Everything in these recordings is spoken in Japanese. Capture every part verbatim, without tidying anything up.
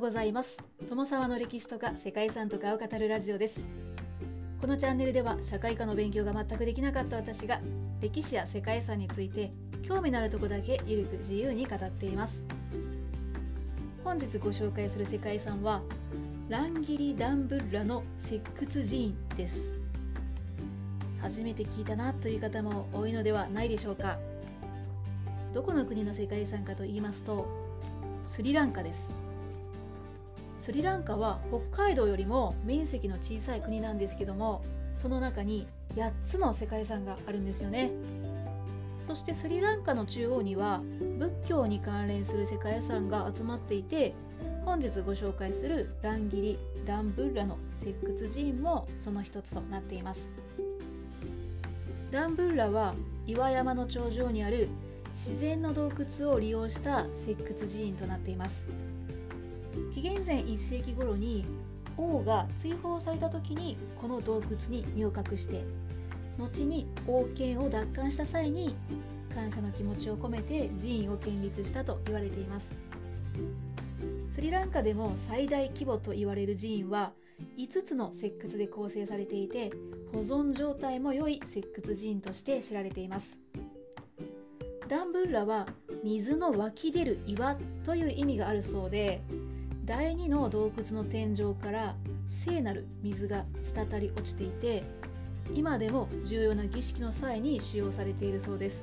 ございます。友沢の歴史とか世界遺産とかを語るラジオです。このチャンネルでは社会科の勉強が全くできなかった私が歴史や世界遺産について興味のあるところだけゆるく自由に語っています。本日ご紹介する世界遺産はランギリ・ダンブッラの石窟寺院です。初めて聞いたなという方も多いのではないでしょうか。どこの国の世界遺産かと言いますとスリランカです。スリランカは北海道よりも面積の小さい国なんですけども、その中にやっつの世界遺産があるんですよね。そしてスリランカの中央には仏教に関連する世界遺産が集まっていて、本日ご紹介するランギリ・ダンブッラの石窟寺院もその一つとなっています。ダンブッラは岩山の頂上にある自然の洞窟を利用した石窟寺院となっています。紀元前いっ世紀頃に王が追放された時にこの洞窟に身を隠して、後に王権を奪還した際に感謝の気持ちを込めて寺院を建立したと言われています。スリランカでも最大規模と言われる寺院はいつつの石窟で構成されていて、保存状態も良い石窟寺院として知られています。ダンブッラは水の湧き出る岩という意味があるそうで、だいにの洞窟の天井から聖なる水が滴り落ちていて、今でも重要な儀式の際に使用されているそうです。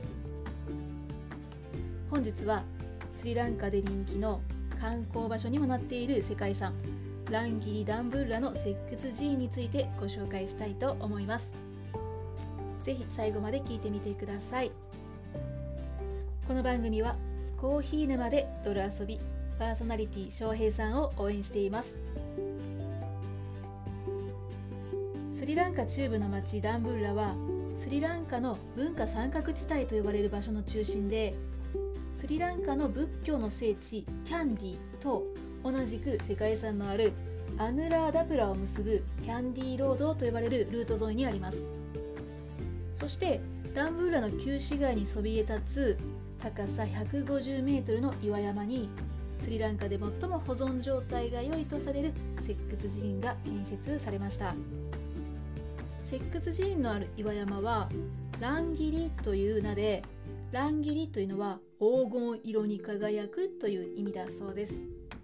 本日はスリランカで人気の観光場所にもなっている世界遺産ランギリ・ダンブッラの石窟寺院についてご紹介したいと思います。ぜひ最後まで聞いてみてください。この番組はコーヒー沼で泥遊びパーソナリティ翔平さんを応援しています。スリランカ中部の町ダンブッラはスリランカの文化三角地帯と呼ばれる場所の中心で、スリランカの仏教の聖地キャンディと同じく世界遺産のあるアヌラーダプラを結ぶキャンディロードと呼ばれるルート沿いにあります。そしてダンブッラの旧市街にそびえ立つ高さひゃくごじゅうメートルの岩山にスリランカで最も保存状態が良いとされる石窟寺院が建設されました。石窟寺院のある岩山はランギリという名で、ランギリというのは黄金色に輝くという意味だそうです。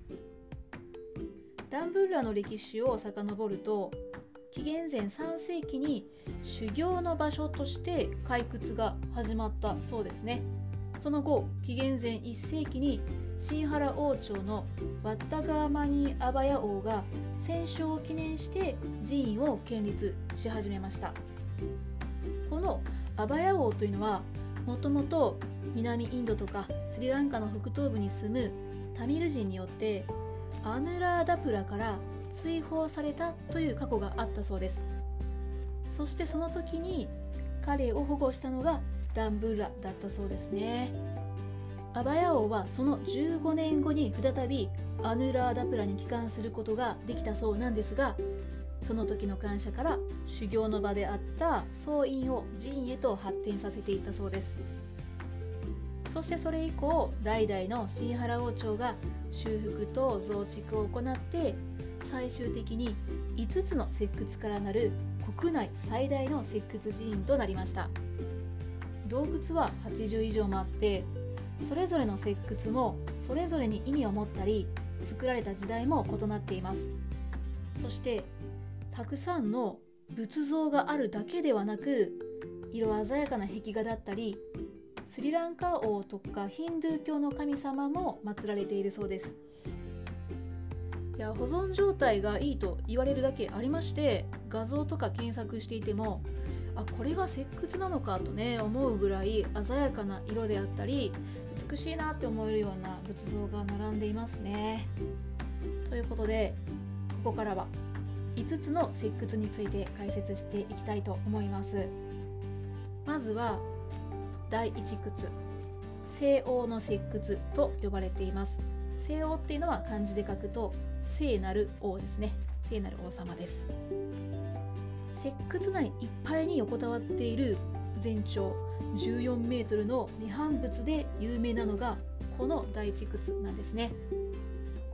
ダンブッラの歴史を遡ると、紀元前さん世紀に修行の場所として開掘が始まったそうですね。その後、紀元前いっ世紀にシンハラ王朝のワッタガーマニー・アバヤ王が戦勝を記念して寺院を建立し始めました。このアバヤ王というのはもともと南インドとかスリランカの北東部に住むタミル人によってアヌラーダプラから追放されたという過去があったそうです。そしてその時に彼を保護したのがダンブッラだったそうですね。アバヤ王はそのじゅうごねんごに再びアヌラーダプラに帰還することができたそうなんですが、その時の感謝から修行の場であった僧院を寺院へと発展させていったそうです。そしてそれ以降、代々のシンハラ王朝が修復と増築を行って、最終的にいつつの石窟からなる国内最大の石窟寺院となりました。洞窟ははちじゅう以上もあって、それぞれの石窟もそれぞれに意味を持ったり、作られた時代も異なっています。そしてたくさんの仏像があるだけではなく、色鮮やかな壁画だったり、スリランカ王とかヒンドゥー教の神様も祀られているそうです。いや、保存状態がいいと言われるだけありまして、画像とか検索していても、あ、これが石窟なのかとね思うぐらい鮮やかな色であったり、美しいなって思えるような仏像が並んでいますね。ということで、ここからはいつつの石窟について解説していきたいと思います。まずはだいいち窟、聖王の石窟と呼ばれています。聖王っていうのは漢字で書くと聖なる王ですね。聖なる王様です。石窟内いっぱいに横たわっている全長じゅうよんメートルの涅槃仏で有名なのがこのだいいち窟なんですね。こ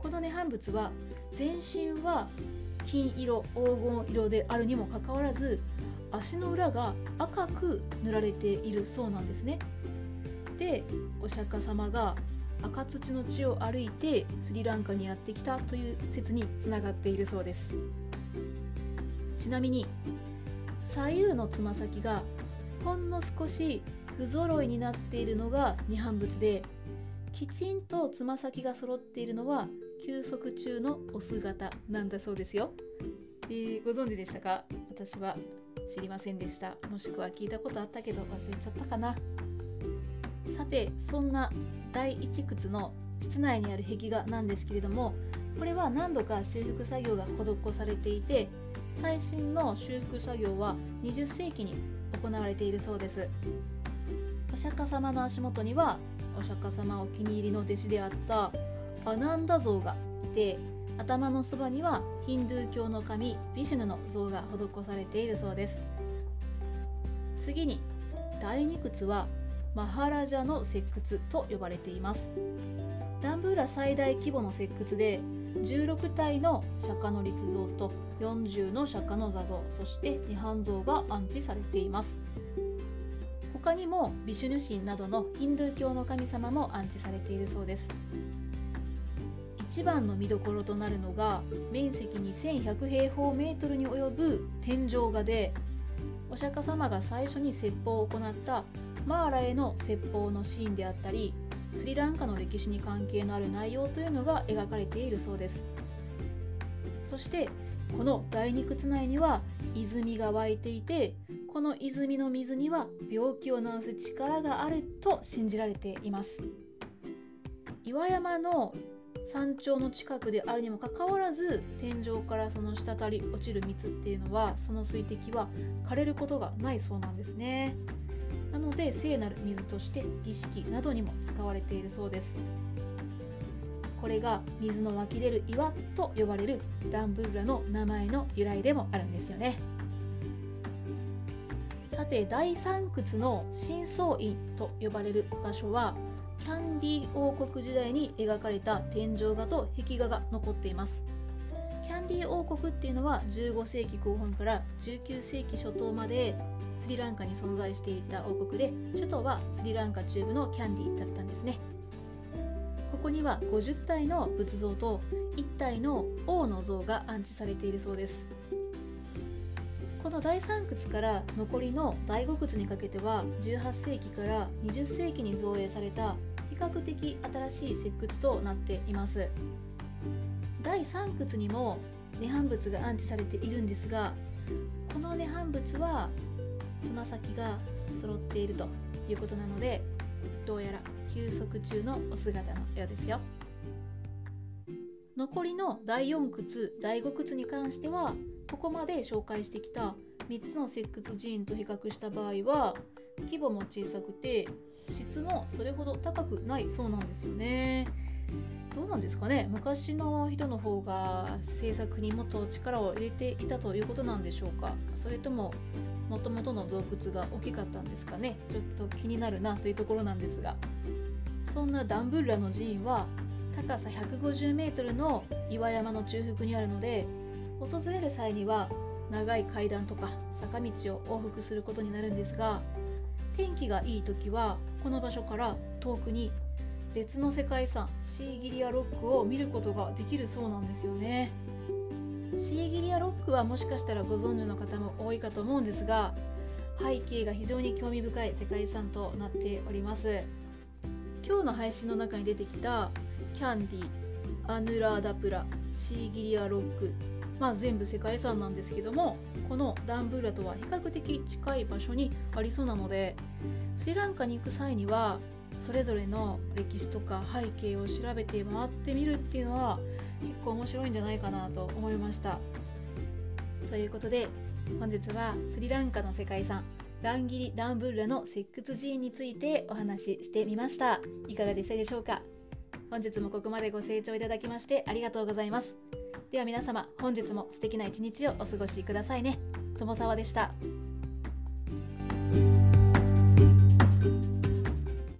この涅槃仏は全身は金色黄金色であるにもかかわらず、足の裏が赤く塗られているそうなんですね。で、お釈迦様が赤土の地を歩いてスリランカにやってきたという説につながっているそうです。ちなみに左右のつま先がほんの少し不揃いになっているのが涅槃仏で、きちんとつま先が揃っているのは休息中のお姿なんだそうですよ。えー、ご存知でしたか？私は知りませんでした。もしくは聞いたことあったけど忘れちゃったかな。さて、そんな第一窟の室内にある壁画なんですけれども、これは何度か修復作業が施されていて、最新の修復作業はにじゅっせいきに行われているそうです。お釈迦様の足元にはお釈迦様お気に入りの弟子であったアナンダ像がいて、頭のそばにはヒンドゥー教の神ビシュヌの像が施されているそうです。次に第二窟はマハラジャの石窟と呼ばれています。ダンブーラ最大規模の石窟でじゅうろくたいの釈迦の立像とよんじゅうの釈迦の座像、そして涅槃像が安置されています。他にもビシュヌ神などのヒンドゥー教の神様も安置されているそうです。一番の見どころとなるのが面積にせんひゃくへいほうメートルに及ぶ天井画で、お釈迦様が最初に説法を行ったマーラへの説法のシーンであったり、スリランカの歴史に関係のある内容というのが描かれているそうです。そしてこの第二窟内には泉が湧いていて、この泉の水には病気を治す力があると信じられています。岩山の山頂の近くであるにもかかわらず、天井からその滴り落ちる水っていうのは、その水滴は枯れることがないそうなんですね。なので聖なる水として儀式などにも使われているそうです。これが水の湧き出る岩と呼ばれるダンブーラの名前の由来でもあるんですよね。さて、第三窟の深層院と呼ばれる場所はキャンディー王国時代に描かれた天井画と壁画が残っています。キャンディー王国っていうのはじゅうごせいきこう半からじゅうきゅうせいき初頭までスリランカに存在していた王国で、首都はスリランカ中部のキャンディだったんですね。ここにはごじゅったいの仏像といったいの王の像が安置されているそうです。この第三窟から残りの第五窟にかけてはじゅうはっせいきからにじゅっせいきに造営された比較的新しい石窟となっています。第三窟にも涅槃仏が安置されているんですが、この涅槃仏はつま先が揃っているということなので、どうやら休息中のお姿のようですよ。残りの第四窟、第五窟に関しては、ここまで紹介してきたみっつの石窟寺院と比較した場合は規模も小さくて質もそれほど高くないそうなんですよね。どうなんですかね、昔の人の方が制作にもっと力を入れていたということなんでしょうか、それとももともとの洞窟が大きかったんですかね。ちょっと気になるなというところなんですが、そんなダンブーラの寺院は高さひゃくごじゅうメートルの岩山の中腹にあるので、訪れる際には長い階段とか坂道を往復することになるんですが、天気がいい時はこの場所から遠くに別の世界遺産シーギリアロックを見ることができるそうなんですよね。シーギリアロックはもしかしたらご存知の方も多いかと思うんですが、背景が非常に興味深い世界遺産となっております。今日の配信の中に出てきたキャンディ、アヌラーダプラ、シーギリアロック、まあ全部世界遺産なんですけども、このダンブーラとは比較的近い場所にありそうなので、スリランカに行く際にはそれぞれの歴史とか背景を調べて回ってみるっていうのは結構面白いんじゃないかなと思いました。ということで本日はスリランカの世界遺産ランギリ・ダンブーラの石窟寺院についてお話ししてみました。いかがでしたでしょうか。本日もここまでご清聴いただきましてありがとうございます。では皆様、本日も素敵な一日をお過ごしくださいね。友沢でした。